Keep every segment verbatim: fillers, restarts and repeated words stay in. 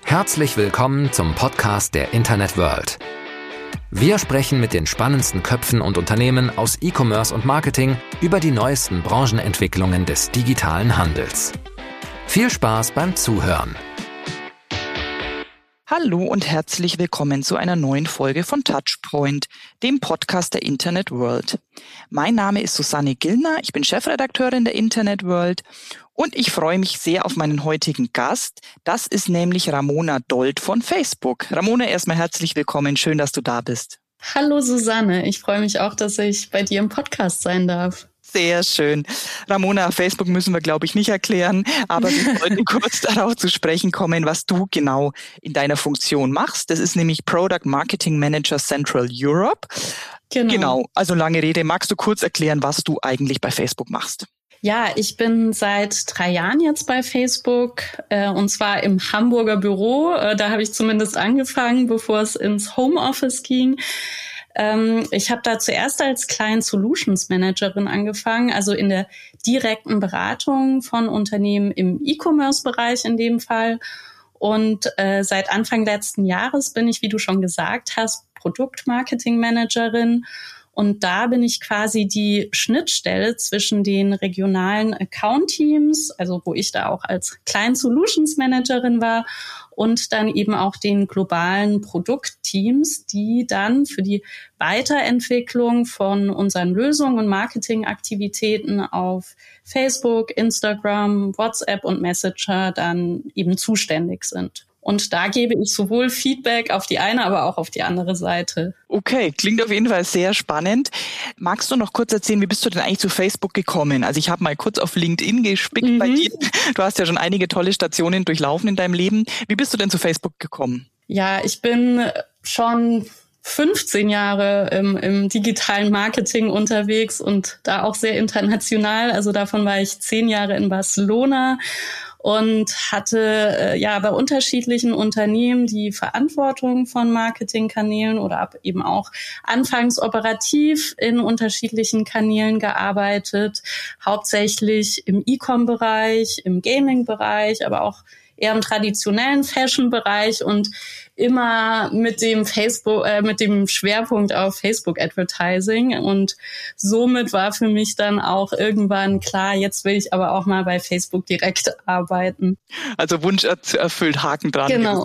Herzlich willkommen zum Podcast der Internet World. Wir sprechen mit den spannendsten Köpfen und Unternehmen aus E-Commerce und Marketing über die neuesten Branchenentwicklungen des digitalen Handels. Viel Spaß beim Zuhören. Hallo und herzlich willkommen zu einer neuen Folge von Touchpoint, dem Podcast der Internet World. Mein Name ist Susanne Gillner, ich bin Chefredakteurin der Internet World und ich freue mich sehr auf meinen heutigen Gast. Das ist nämlich Ramona Dold von Facebook. Ramona, erstmal herzlich willkommen, schön, dass du da bist. Hallo Susanne, ich freue mich auch, dass ich bei dir im Podcast sein darf. Sehr schön. Ramona, Facebook müssen wir, glaube ich, nicht erklären, aber wir wollten kurz darauf zu sprechen kommen, was du genau in deiner Funktion machst. Das ist nämlich Product Marketing Manager Central Europe. Genau. Genau, also lange Rede. Magst du kurz erklären, was du eigentlich bei Facebook machst? Ja, ich bin seit drei Jahren jetzt bei Facebook äh, und zwar im Hamburger Büro. Äh, da habe ich zumindest angefangen, bevor es ins Homeoffice ging. Ich habe da zuerst als Client Solutions Managerin angefangen, also in der direkten Beratung von Unternehmen im E-Commerce-Bereich in dem Fall. Und äh, seit Anfang letzten Jahres bin ich, wie du schon gesagt hast, Produktmarketing-Managerin. Und da bin ich quasi die Schnittstelle zwischen den regionalen Account-Teams, also wo ich da auch als Client Solutions Managerin war, und dann eben auch den globalen Produktteams, die dann für die Weiterentwicklung von unseren Lösungen und Marketingaktivitäten auf Facebook, Instagram, WhatsApp und Messenger dann eben zuständig sind. Und da gebe ich sowohl Feedback auf die eine, aber auch auf die andere Seite. Okay, klingt auf jeden Fall sehr spannend. Magst du noch kurz erzählen, wie bist du denn eigentlich zu Facebook gekommen? Also ich habe mal kurz auf LinkedIn gespickt mhm. bei dir. Du hast ja schon einige tolle Stationen durchlaufen in deinem Leben. Wie bist du denn zu Facebook gekommen? Ja, ich bin schon fünfzehn Jahre im, im digitalen Marketing unterwegs und da auch sehr international. Also davon war ich zehn Jahre in Barcelona und hatte äh, ja bei unterschiedlichen Unternehmen die Verantwortung von Marketingkanälen oder habe eben auch anfangs operativ in unterschiedlichen Kanälen gearbeitet, hauptsächlich im E-Com-Bereich, im Gaming-Bereich, aber auch eher im traditionellen Fashion-Bereich und immer mit dem Facebook, äh, mit dem Schwerpunkt auf Facebook-Advertising. Und somit war für mich dann auch irgendwann klar, jetzt will ich aber auch mal bei Facebook direkt arbeiten. Also Wunsch erfüllt, Haken dran. Genau.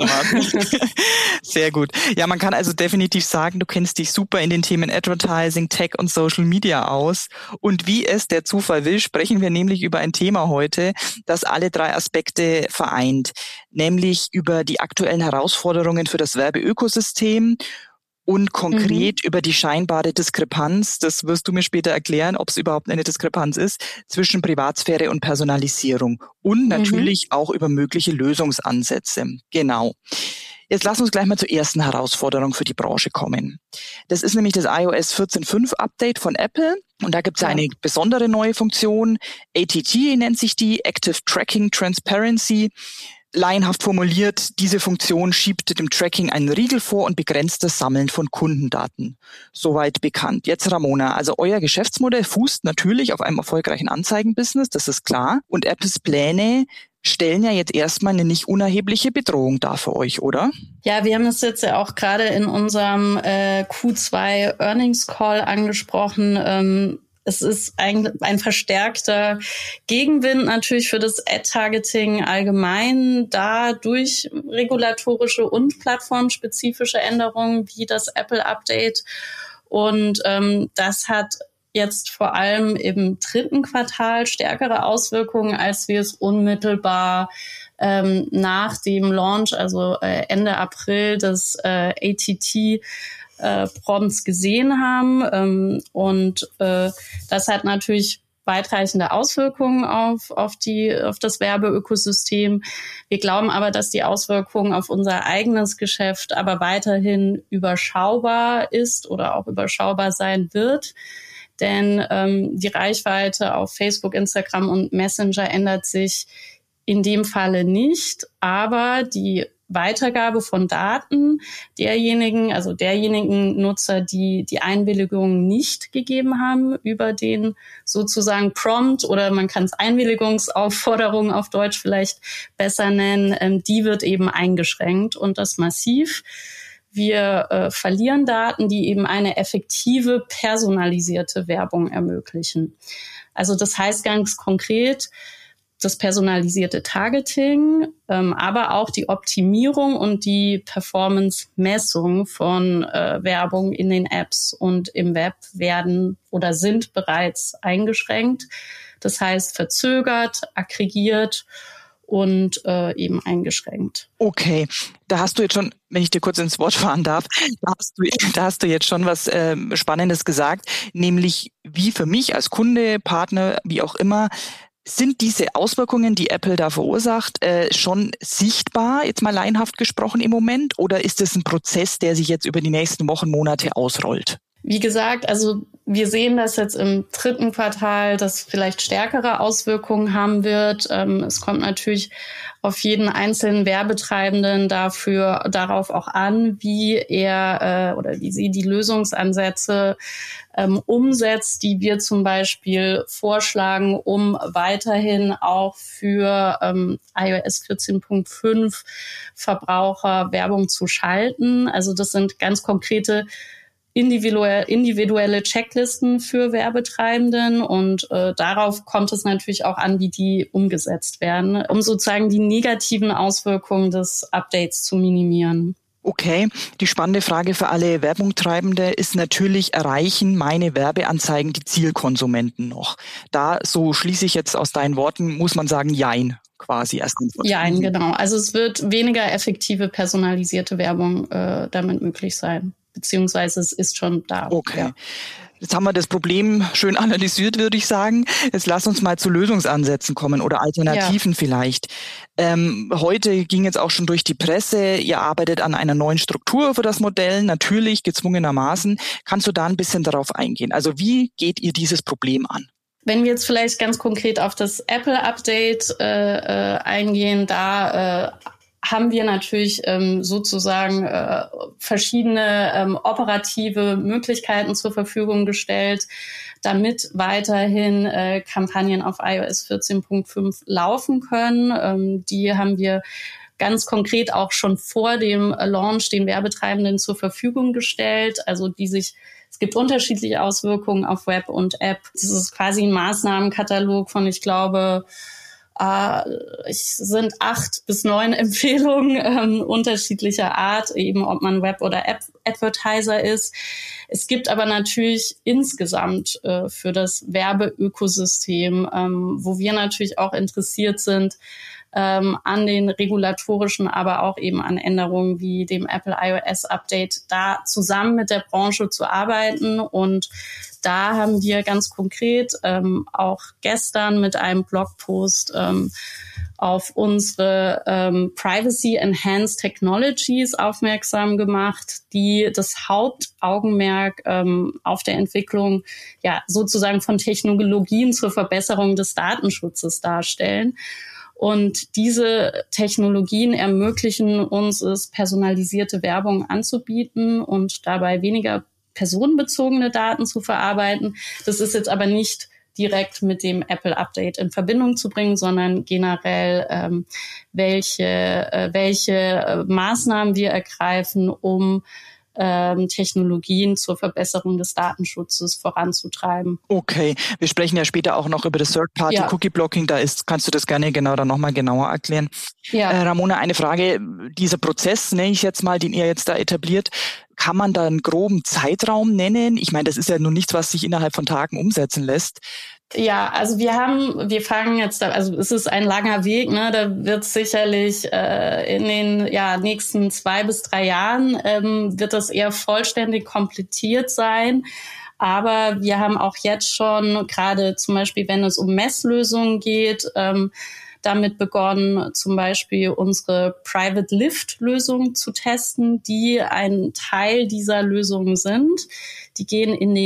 Sehr gut. Ja, man kann also definitiv sagen, du kennst dich super in den Themen Advertising, Tech und Social Media aus. Und wie es der Zufall will, sprechen wir nämlich über ein Thema heute, das alle drei Aspekte vereint. Nämlich über die aktuellen Herausforderungen für das Werbeökosystem und konkret mhm. über die scheinbare Diskrepanz, das wirst du mir später erklären, ob es überhaupt eine Diskrepanz ist, zwischen Privatsphäre und Personalisierung und natürlich mhm. auch über mögliche Lösungsansätze. Genau. Jetzt lass uns gleich mal zur ersten Herausforderung für die Branche kommen. Das ist nämlich das i O S vierzehn Punkt fünf Update von Apple. Und da gibt es ja. eine besondere neue Funktion. A T T nennt sich die, Active Tracking Transparency. Laienhaft formuliert, diese Funktion schiebt dem Tracking einen Riegel vor und begrenzt das Sammeln von Kundendaten. Soweit bekannt. Jetzt Ramona, also euer Geschäftsmodell fußt natürlich auf einem erfolgreichen Anzeigenbusiness, das ist klar. Und Apples Pläne stellen ja jetzt erstmal eine nicht unerhebliche Bedrohung dar für euch, oder? Ja, wir haben es jetzt ja auch gerade in unserem äh, Q zwei Earnings Call angesprochen. Ähm, es ist ein, ein verstärkter Gegenwind natürlich für das Ad-Targeting allgemein, da durch regulatorische und plattformspezifische Änderungen wie das Apple-Update. Und ähm, das hat jetzt vor allem im dritten Quartal stärkere Auswirkungen, als wir es unmittelbar ähm, nach dem Launch, also äh, Ende April des äh, A T T äh, Prompts gesehen haben. Ähm, und äh, das hat natürlich weitreichende Auswirkungen auf, auf die, auf das Werbeökosystem. Wir glauben aber, dass die Auswirkungen auf unser eigenes Geschäft aber weiterhin überschaubar ist oder auch überschaubar sein wird. Denn ähm, die Reichweite auf Facebook, Instagram und Messenger ändert sich in dem Falle nicht. Aber die Weitergabe von Daten derjenigen, also derjenigen Nutzer, die die Einwilligung nicht gegeben haben über den sozusagen Prompt, oder man kann es Einwilligungsaufforderung auf Deutsch vielleicht besser nennen, ähm, die wird eben eingeschränkt und das massiv. Wir äh, verlieren Daten, die eben eine effektive, personalisierte Werbung ermöglichen. Also das heißt ganz konkret, das personalisierte Targeting, ähm, aber auch die Optimierung und die Performance-Messung von äh, Werbung in den Apps und im Web werden oder sind bereits eingeschränkt. Das heißt verzögert, aggregiert und äh, eben eingeschränkt. Okay, da hast du jetzt schon, wenn ich dir kurz ins Wort fahren darf, da hast du, da hast du jetzt schon was äh, Spannendes gesagt, nämlich wie für mich als Kunde, Partner, wie auch immer, sind diese Auswirkungen, die Apple da verursacht, äh, schon sichtbar, jetzt mal laienhaft gesprochen im Moment, oder ist es ein Prozess, der sich jetzt über die nächsten Wochen, Monate ausrollt? Wie gesagt, also wir sehen das jetzt im dritten Quartal, das vielleicht stärkere Auswirkungen haben wird. Ähm, es kommt natürlich auf jeden einzelnen Werbetreibenden dafür darauf auch an, wie er äh, oder wie sie die Lösungsansätze ähm, umsetzt, die wir zum Beispiel vorschlagen, um weiterhin auch für ähm, iOS vierzehn Punkt fünf Verbraucher Werbung zu schalten. Also das sind ganz konkrete individuelle, individuelle Checklisten für Werbetreibenden und äh, darauf kommt es natürlich auch an, wie die umgesetzt werden, um sozusagen die negativen Auswirkungen des Updates zu minimieren. Okay, die spannende Frage für alle Werbungtreibende ist natürlich, erreichen meine Werbeanzeigen die Zielkonsumenten noch? Da, so schließe ich jetzt aus deinen Worten, muss man sagen, jein. Quasi erst. Jein, genau. Also es wird weniger effektive personalisierte Werbung äh, damit möglich sein. Beziehungsweise es ist schon da. Okay. Ja. Jetzt haben wir das Problem schön analysiert, würde ich sagen. Jetzt lass uns mal zu Lösungsansätzen kommen oder Alternativen ja. vielleicht. Ähm, heute ging jetzt auch schon durch die Presse, ihr arbeitet an einer neuen Struktur für das Modell, natürlich gezwungenermaßen. Kannst du da ein bisschen darauf eingehen? Also wie geht ihr dieses Problem an? Wenn wir jetzt vielleicht ganz konkret auf das Apple-Update äh, äh, eingehen, da äh, haben wir natürlich ähm, sozusagen äh, verschiedene ähm, operative Möglichkeiten zur Verfügung gestellt, damit weiterhin äh, Kampagnen auf iOS vierzehn Punkt fünf laufen können. Ähm, die haben wir ganz konkret auch schon vor dem Launch den Werbetreibenden zur Verfügung gestellt, also die sich Es gibt unterschiedliche Auswirkungen auf Web und App. Das ist quasi ein Maßnahmenkatalog von, ich glaube, äh, es sind acht bis neun Empfehlungen ähm, unterschiedlicher Art, eben ob man Web- oder App-Advertiser ist. Es gibt aber natürlich insgesamt äh, für das Werbeökosystem, ähm, wo wir natürlich auch interessiert sind, Ähm, an den regulatorischen, aber auch eben an Änderungen wie dem Apple iOS Update, da zusammen mit der Branche zu arbeiten. Und da haben wir ganz konkret ähm, auch gestern mit einem Blogpost ähm, auf unsere ähm, Privacy Enhanced Technologies aufmerksam gemacht, die das Hauptaugenmerk ähm, auf der Entwicklung ja sozusagen von Technologien zur Verbesserung des Datenschutzes darstellen. Und diese Technologien ermöglichen uns es, personalisierte Werbung anzubieten und dabei weniger personenbezogene Daten zu verarbeiten. Das ist jetzt aber nicht direkt mit dem Apple-Update in Verbindung zu bringen, sondern generell, ähm, welche, äh, welche äh, Maßnahmen wir ergreifen, um Ähm, Technologien zur Verbesserung des Datenschutzes voranzutreiben. Okay, wir sprechen ja später auch noch über das Third-Party-Cookie-Blocking, da ist, kannst du das gerne genau dann nochmal genauer erklären. Ja. Äh, Ramona, eine Frage, dieser Prozess, nenne ich jetzt mal, den ihr jetzt da etabliert, kann man da einen groben Zeitraum nennen? Ich meine, das ist ja nun nichts, was sich innerhalb von Tagen umsetzen lässt. Ja, also wir haben, wir fangen jetzt, da, also es ist ein langer Weg, ne? Da wird sicherlich äh, in den ja, nächsten zwei bis drei Jahren ähm, wird das eher vollständig komplettiert sein. Aber wir haben auch jetzt schon, gerade zum Beispiel, wenn es um Messlösungen geht, ähm, damit begonnen, zum Beispiel unsere Private Lift-Lösung zu testen, die ein Teil dieser Lösungen sind. Die gehen in den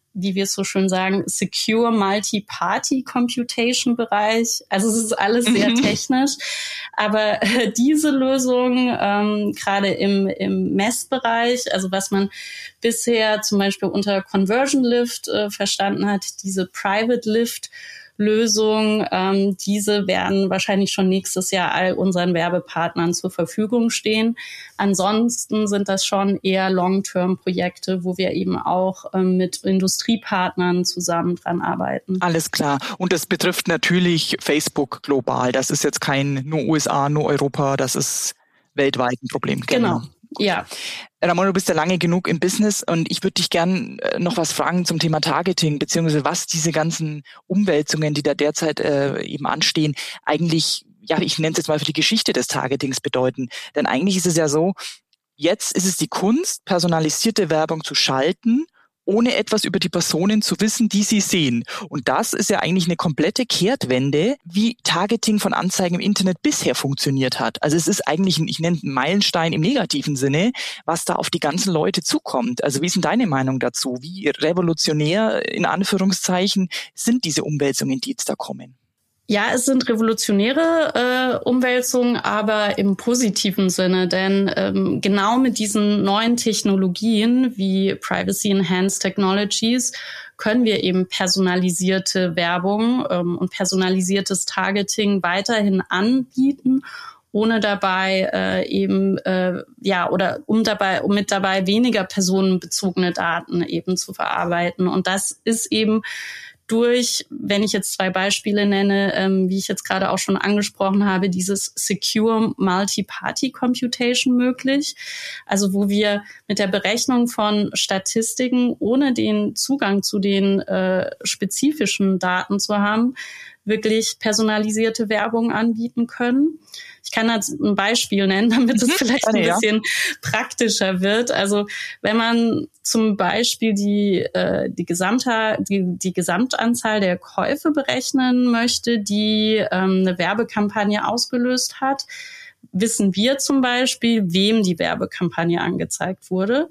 wie wir es so schön sagen, Secure Multi-Party Computation Bereich. Also es ist alles sehr mhm. technisch. Aber äh, diese Lösung, ähm, gerade im, im Messbereich, also was man bisher zum Beispiel unter Conversion Lift äh, verstanden hat, diese Private Lift Lösung, ähm, diese werden wahrscheinlich schon nächstes Jahr all unseren Werbepartnern zur Verfügung stehen. Ansonsten sind das schon eher Long-Term-Projekte, wo wir eben auch ähm, mit Industriepartnern zusammen dran arbeiten. Alles klar. Und das betrifft natürlich Facebook global. Das ist jetzt kein nur U S A, nur Europa, das ist weltweit ein Problem. Genau. Ja. Ramona, du bist ja lange genug im Business und ich würde dich gern noch was fragen zum Thema Targeting, beziehungsweise was diese ganzen Umwälzungen, die da derzeit äh, eben anstehen, eigentlich, ja, ich nenne es jetzt mal für die Geschichte des Targetings bedeuten. Denn eigentlich ist es ja so, jetzt ist es die Kunst, personalisierte Werbung zu schalten, ohne etwas über die Personen zu wissen, die sie sehen. Und das ist ja eigentlich eine komplette Kehrtwende, wie Targeting von Anzeigen im Internet bisher funktioniert hat. Also es ist eigentlich ein, ich nenne es einen Meilenstein im negativen Sinne, was da auf die ganzen Leute zukommt. Also wie ist denn deine Meinung dazu? Wie revolutionär, in Anführungszeichen, sind diese Umwälzungen, die jetzt da kommen? Ja, es sind revolutionäre äh, Umwälzungen, aber im positiven Sinne, denn ähm, genau mit diesen neuen Technologien wie Privacy Enhanced Technologies können wir eben personalisierte Werbung ähm, und personalisiertes Targeting weiterhin anbieten, ohne dabei äh, eben äh, ja oder um dabei um mit dabei weniger personenbezogene Daten eben zu verarbeiten. Und das ist eben durch, wenn ich jetzt zwei Beispiele nenne, ähm, wie ich jetzt gerade auch schon angesprochen habe, dieses Secure Multi-Party Computation möglich. Also wo wir mit der Berechnung von Statistiken, ohne den Zugang zu den äh, spezifischen Daten zu haben, wirklich personalisierte Werbung anbieten können. Ich kann jetzt ein Beispiel nennen, damit es vielleicht ein bisschen praktischer wird. Also wenn man zum Beispiel die äh, die gesamte die die Gesamtanzahl der Käufe berechnen möchte, die ähm, eine Werbekampagne ausgelöst hat, wissen wir zum Beispiel, wem die Werbekampagne angezeigt wurde.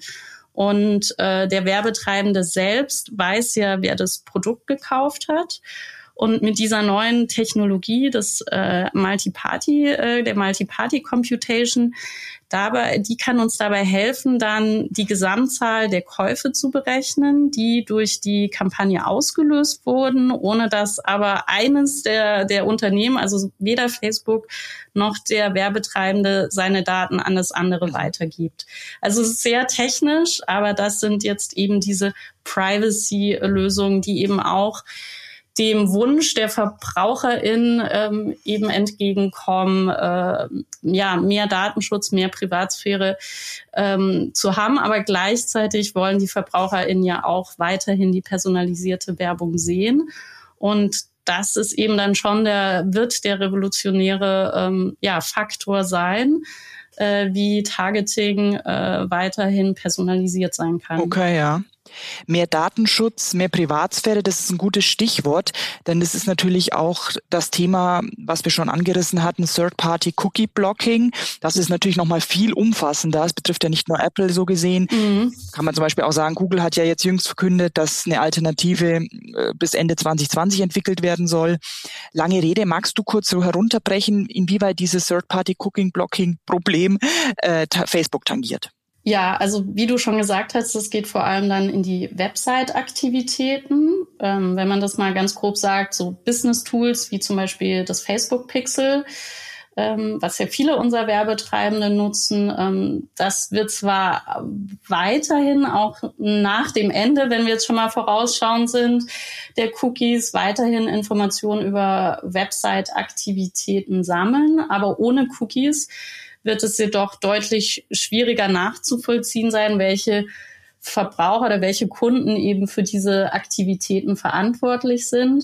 Und äh, der Werbetreibende selbst weiß ja, wer das Produkt gekauft hat. Und mit dieser neuen Technologie des äh, Multi-Party, äh, der Multi-Party-Computation, dabei, die kann uns dabei helfen, dann die Gesamtzahl der Käufe zu berechnen, die durch die Kampagne ausgelöst wurden, ohne dass aber eines der, der Unternehmen, also weder Facebook noch der Werbetreibende, seine Daten an das andere weitergibt. Also es ist sehr technisch, aber das sind jetzt eben diese Privacy-Lösungen, die eben auch dem Wunsch der VerbraucherInnen ähm, eben entgegenkommen, äh, ja, mehr Datenschutz, mehr Privatsphäre ähm, zu haben. Aber gleichzeitig wollen die VerbraucherInnen ja auch weiterhin die personalisierte Werbung sehen. Und das ist eben dann schon der, wird der revolutionäre ähm, ja, Faktor sein, äh, wie Targeting äh, weiterhin personalisiert sein kann. Okay, ja. Mehr Datenschutz, mehr Privatsphäre, das ist ein gutes Stichwort, denn das ist natürlich auch das Thema, was wir schon angerissen hatten, Third-Party-Cookie-Blocking. Das ist natürlich nochmal viel umfassender. Das betrifft ja nicht nur Apple so gesehen. Mhm. Kann man zum Beispiel auch sagen, Google hat ja jetzt jüngst verkündet, dass eine Alternative bis Ende zwanzig zwanzig entwickelt werden soll. Lange Rede, magst du kurz so herunterbrechen, inwieweit dieses Third-Party-Cookie-Blocking-Problem äh, Facebook tangiert? Ja, also wie du schon gesagt hast, das geht vor allem dann in die Website-Aktivitäten. Ähm, wenn man das mal ganz grob sagt, so Business-Tools wie zum Beispiel das Facebook-Pixel, ähm, was ja viele unserer Werbetreibenden nutzen, ähm, das wird zwar weiterhin auch nach dem Ende, wenn wir jetzt schon mal vorausschauend sind, der Cookies weiterhin Informationen über Website-Aktivitäten sammeln, aber ohne Cookies wird es jedoch deutlich schwieriger nachzuvollziehen sein, welche Verbraucher oder welche Kunden eben für diese Aktivitäten verantwortlich sind.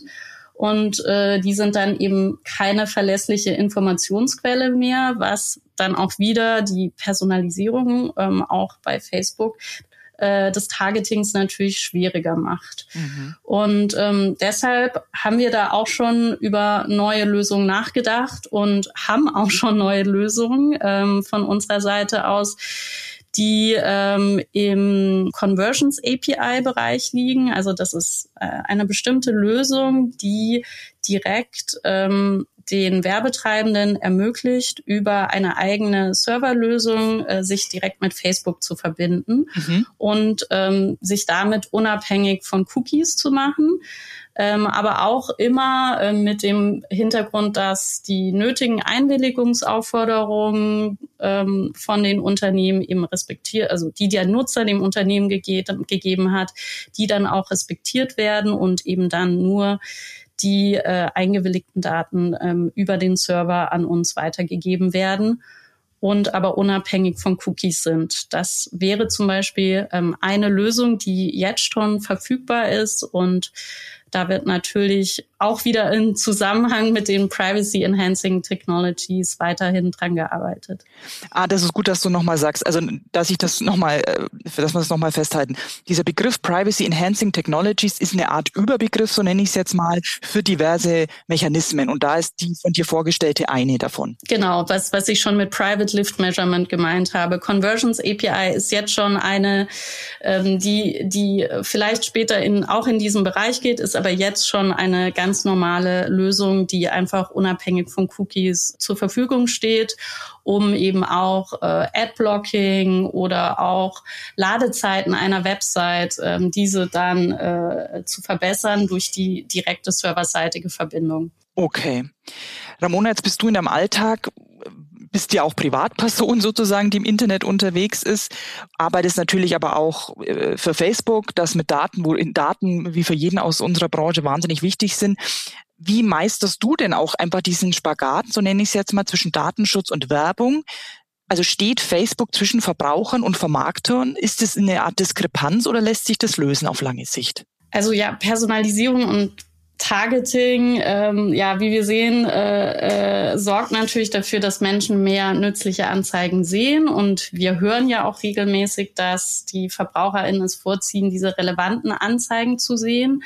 Und äh, die sind dann eben keine verlässliche Informationsquelle mehr, was dann auch wieder die Personalisierung ähm, auch bei Facebook äh, des Targetings natürlich schwieriger macht. Mhm. Und ähm, deshalb haben wir da auch schon über neue Lösungen nachgedacht und haben auch schon neue Lösungen ähm, von unserer Seite aus, die ähm, im Conversions A P I-Bereich liegen. Also das ist äh, eine bestimmte Lösung, die direkt ähm, den Werbetreibenden ermöglicht, über eine eigene Serverlösung äh, sich direkt mit Facebook zu verbinden mhm. und ähm, sich damit unabhängig von Cookies zu machen. Ähm, aber auch immer äh, mit dem Hintergrund, dass die nötigen Einwilligungsaufforderungen ähm, von den Unternehmen eben respektiert, also die der Nutzer dem Unternehmen gege- gegeben hat, die dann auch respektiert werden und eben dann nur die äh, eingewilligten Daten ähm, über den Server an uns weitergegeben werden und aber unabhängig von Cookies sind. Das wäre zum Beispiel ähm, eine Lösung, die jetzt schon verfügbar ist, und da wird natürlich auch wieder im Zusammenhang mit den Privacy-Enhancing Technologies weiterhin dran gearbeitet. Ah, das ist gut, dass du nochmal sagst, also dass ich das nochmal, dass wir das nochmal festhalten. Dieser Begriff Privacy-Enhancing Technologies ist eine Art Überbegriff, so nenne ich es jetzt mal, für diverse Mechanismen. Und da ist die von dir vorgestellte eine davon. Genau, was, was ich schon mit Private Lift Measurement gemeint habe. Conversions A P I ist jetzt schon eine, ähm, die, die vielleicht später in, auch in diesem Bereich geht, ist aber jetzt schon eine ganz normale Lösung, die einfach unabhängig von Cookies zur Verfügung steht, um eben auch äh, Adblocking oder auch Ladezeiten einer Website, ähm, diese dann äh, zu verbessern durch die direkte serverseitige Verbindung. Okay. Ramona, jetzt bist du in deinem Alltag, bist ja auch Privatperson sozusagen, die im Internet unterwegs ist, arbeitest natürlich aber auch äh, für Facebook, das mit Daten, wo in Daten wie für jeden aus unserer Branche wahnsinnig wichtig sind. Wie meisterst du denn auch einfach diesen Spagat, so nenne ich es jetzt mal, zwischen Datenschutz und Werbung? Also steht Facebook zwischen Verbrauchern und Vermarktern? Ist es eine Art Diskrepanz oder lässt sich das lösen auf lange Sicht? Also ja, Personalisierung und Targeting, ähm, ja, wie wir sehen, äh, äh, sorgt natürlich dafür, dass Menschen mehr nützliche Anzeigen sehen. Und wir hören ja auch regelmäßig, dass die VerbraucherInnen es vorziehen, diese relevanten Anzeigen zu sehen.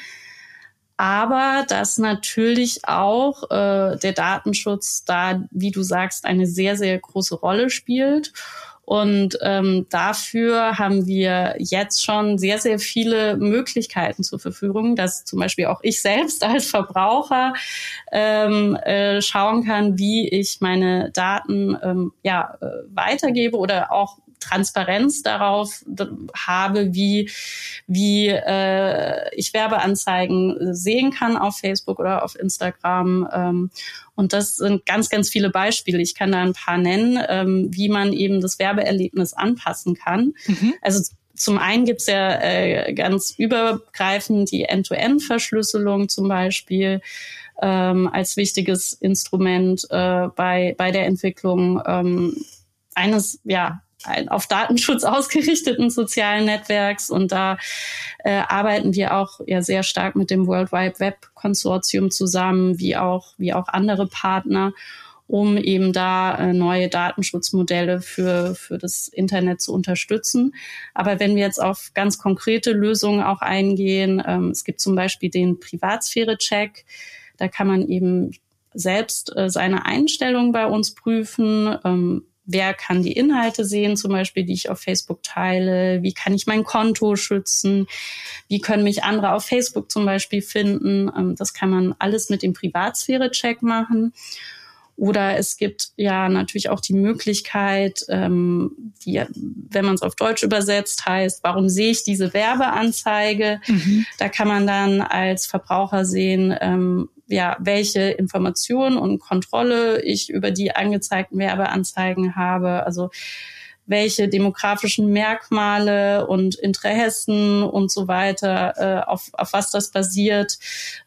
Aber dass natürlich auch äh, der Datenschutz da, wie du sagst, eine sehr, sehr große Rolle spielt. Und ähm, dafür haben wir jetzt schon sehr, sehr viele Möglichkeiten zur Verfügung, dass zum Beispiel auch ich selbst als Verbraucher ähm, äh, schauen kann, wie ich meine Daten ähm, ja äh, weitergebe oder auch Transparenz darauf habe, wie wie äh, ich Werbeanzeigen sehen kann auf Facebook oder auf Instagram. Ähm, und das sind ganz, ganz viele Beispiele. Ich kann da ein paar nennen, ähm, wie man eben das Werbeerlebnis anpassen kann. Mhm. Also zum einen gibt's ja äh, ganz übergreifend die End-to-End-Verschlüsselung zum Beispiel ähm, als wichtiges Instrument äh, bei bei der Entwicklung ähm, eines ja auf Datenschutz ausgerichteten sozialen Netzwerks. Und da äh, arbeiten wir auch ja sehr stark mit dem World Wide Web Konsortium zusammen, wie auch wie auch andere Partner, um eben da äh, neue Datenschutzmodelle für für das Internet zu unterstützen. Aber wenn wir jetzt auf ganz konkrete Lösungen auch eingehen, ähm, es gibt zum Beispiel den Privatsphäre-Check. Da kann man eben selbst äh, seine Einstellungen bei uns prüfen. Ähm, Wer kann die Inhalte sehen, zum Beispiel, die ich auf Facebook teile? Wie kann ich mein Konto schützen? Wie können mich andere auf Facebook zum Beispiel finden? Das kann man alles mit dem Privatsphäre-Check machen. Oder es gibt ja natürlich auch die Möglichkeit, ähm, die, wenn man es auf Deutsch übersetzt, heißt, warum sehe ich diese Werbeanzeige? Mhm. Da kann man dann als Verbraucher sehen, ähm, ja, welche Informationen und Kontrolle ich über die angezeigten Werbeanzeigen habe, also welche demografischen Merkmale und Interessen und so weiter, äh, auf, auf was das basiert.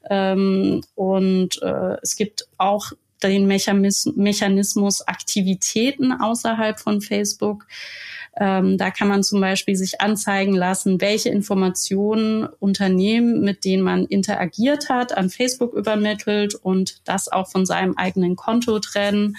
Ähm, und äh, es gibt auch den Mechanismus, Mechanismus Aktivitäten außerhalb von Facebook. Ähm, da kann man zum Beispiel sich anzeigen lassen, welche Informationen Unternehmen, mit denen man interagiert hat, an Facebook übermittelt und das auch von seinem eigenen Konto trennen.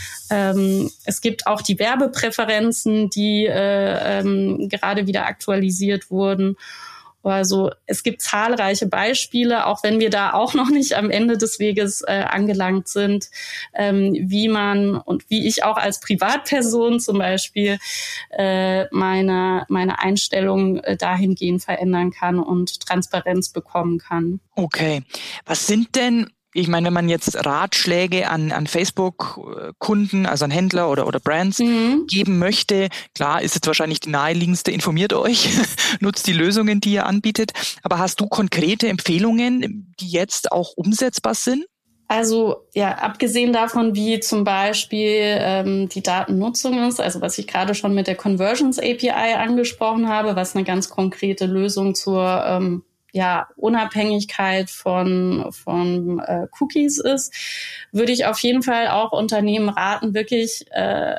Ähm, es gibt auch die Werbepräferenzen, die äh, ähm, gerade wieder aktualisiert wurden. Also es gibt zahlreiche Beispiele, auch wenn wir da auch noch nicht am Ende des Weges äh, angelangt sind, ähm, wie man und wie ich auch als Privatperson zum Beispiel äh, meine, meine Einstellung äh, dahingehend verändern kann und Transparenz bekommen kann. Okay. Was sind denn, ich meine, wenn man jetzt Ratschläge an, an Facebook-Kunden, also an Händler oder, oder Brands mhm. geben möchte, klar ist jetzt wahrscheinlich die naheliegendste, informiert euch, nutzt die Lösungen, die ihr anbietet. Aber hast du konkrete Empfehlungen, die jetzt auch umsetzbar sind? Also ja, abgesehen davon, wie zum Beispiel ähm, die Datennutzung ist, also was ich gerade schon mit der Conversions A P I angesprochen habe, was eine ganz konkrete Lösung zur ähm, ja, Unabhängigkeit von, von äh, Cookies ist, würde ich auf jeden Fall auch Unternehmen raten, wirklich äh,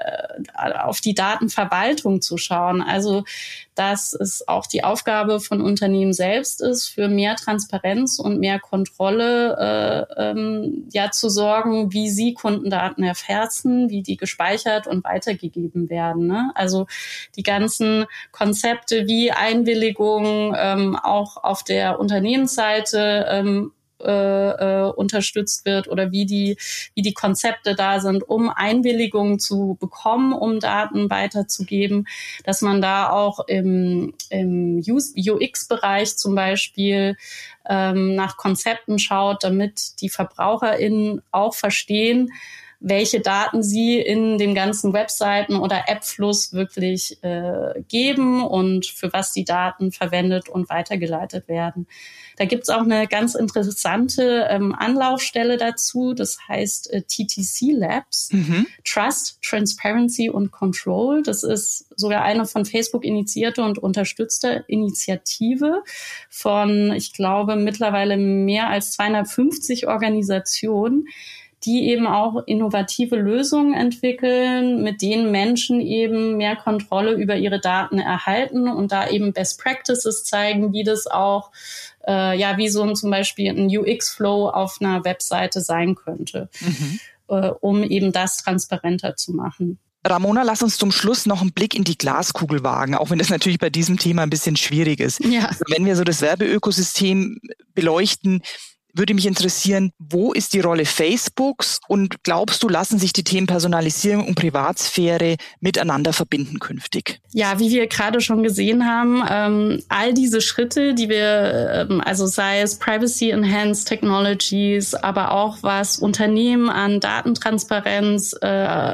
auf die Datenverwaltung zu schauen. Also, dass es auch die Aufgabe von Unternehmen selbst ist, für mehr Transparenz und mehr Kontrolle äh, ähm, ja zu sorgen, wie sie Kundendaten erfassen, wie die gespeichert und weitergegeben werden. Ne? Also die ganzen Konzepte wie Einwilligung ähm, auch auf der Unternehmensseite ähm, Äh, äh, unterstützt wird oder wie die wie die Konzepte da sind, um Einwilligungen zu bekommen, um Daten weiterzugeben, dass man da auch im, im U X-Bereich zum Beispiel ähm, nach Konzepten schaut, damit die VerbraucherInnen auch verstehen, welche Daten sie in dem ganzen Webseiten- oder App-Fluss wirklich äh, geben und für was die Daten verwendet und weitergeleitet werden. Da gibt's auch eine ganz interessante ähm, Anlaufstelle dazu, das heißt äh, T T C Labs, mhm. Trust, Transparency und Control. Das ist sogar eine von Facebook initiierte und unterstützte Initiative von, ich glaube, mittlerweile mehr als zweihundertfünfzig Organisationen, die eben auch innovative Lösungen entwickeln, mit denen Menschen eben mehr Kontrolle über ihre Daten erhalten und da eben Best Practices zeigen, wie das auch, äh, ja, wie so ein zum Beispiel ein U X-Flow auf einer Webseite sein könnte, mhm. äh, um eben das transparenter zu machen. Ramona, lass uns zum Schluss noch einen Blick in die Glaskugel wagen, auch wenn das natürlich bei diesem Thema ein bisschen schwierig ist. Ja. Also wenn wir so das Werbeökosystem beleuchten, würde mich interessieren, wo ist die Rolle Facebooks und glaubst du, lassen sich die Themen Personalisierung und Privatsphäre miteinander verbinden künftig? Ja, wie wir gerade schon gesehen haben, ähm, all diese Schritte, die wir, ähm, also sei es Privacy-Enhanced Technologies, aber auch was Unternehmen an Datentransparenz, äh,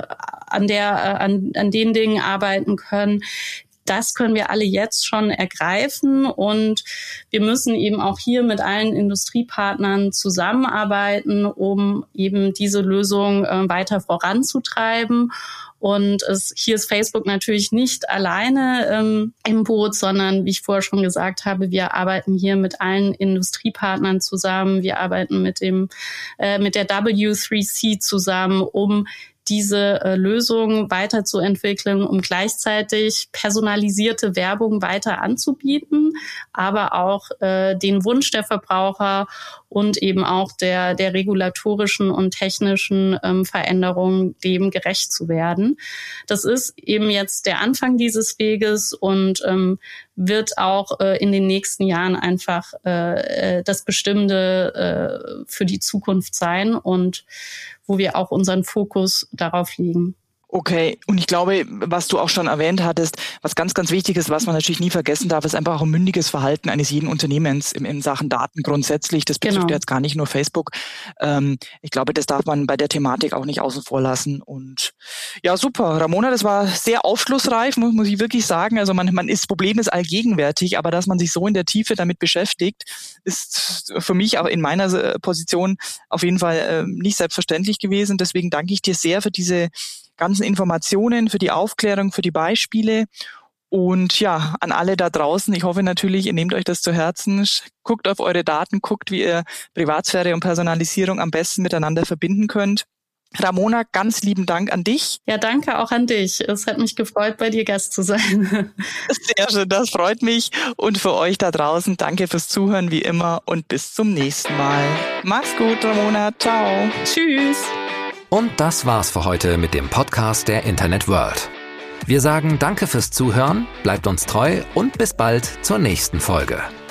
an der, äh, an, an den Dingen arbeiten können, das können wir alle jetzt schon ergreifen und wir müssen eben auch hier mit allen Industriepartnern zusammenarbeiten, um eben diese Lösung äh, weiter voranzutreiben. Und es, hier ist Facebook natürlich nicht alleine ähm, im Boot, sondern wie ich vorher schon gesagt habe, wir arbeiten hier mit allen Industriepartnern zusammen. Wir arbeiten mit dem äh, mit der W drei C zusammen, um diese äh, Lösung weiterzuentwickeln, um gleichzeitig personalisierte Werbung weiter anzubieten, aber auch äh, den Wunsch der Verbraucher und eben auch der der regulatorischen und technischen ähm, Veränderungen dem gerecht zu werden. Das ist eben jetzt der Anfang dieses Weges und ähm, wird auch äh, in den nächsten Jahren einfach äh, das Bestimmende äh, für die Zukunft sein und wo wir auch unseren Fokus darauf legen. Okay, und ich glaube, was du auch schon erwähnt hattest, was ganz, ganz wichtig ist, was man natürlich nie vergessen darf, ist einfach auch ein mündiges Verhalten eines jeden Unternehmens in, in Sachen Daten grundsätzlich. Das betrifft genau. jetzt gar nicht nur Facebook. Ähm, ich glaube, das darf man bei der Thematik auch nicht außen vor lassen. Und ja, super. Ramona, das war sehr aufschlussreich, muss, muss ich wirklich sagen. Also man, man ist, das Problem ist allgegenwärtig, aber dass man sich so in der Tiefe damit beschäftigt, ist für mich auch in meiner Position auf jeden Fall äh, nicht selbstverständlich gewesen. Deswegen danke ich dir sehr für diese ganzen Informationen, für die Aufklärung, für die Beispiele und ja, an alle da draußen. Ich hoffe natürlich, ihr nehmt euch das zu Herzen, guckt auf eure Daten, guckt, wie ihr Privatsphäre und Personalisierung am besten miteinander verbinden könnt. Ramona, ganz lieben Dank an dich. Ja, danke auch an dich. Es hat mich gefreut, bei dir Gast zu sein. Sehr schön, das freut mich. Und für euch da draußen, danke fürs Zuhören wie immer und bis zum nächsten Mal. Mach's gut, Ramona. Ciao. Tschüss. Und das war's für heute mit dem Podcast der Internet World. Wir sagen danke fürs Zuhören, bleibt uns treu und bis bald zur nächsten Folge.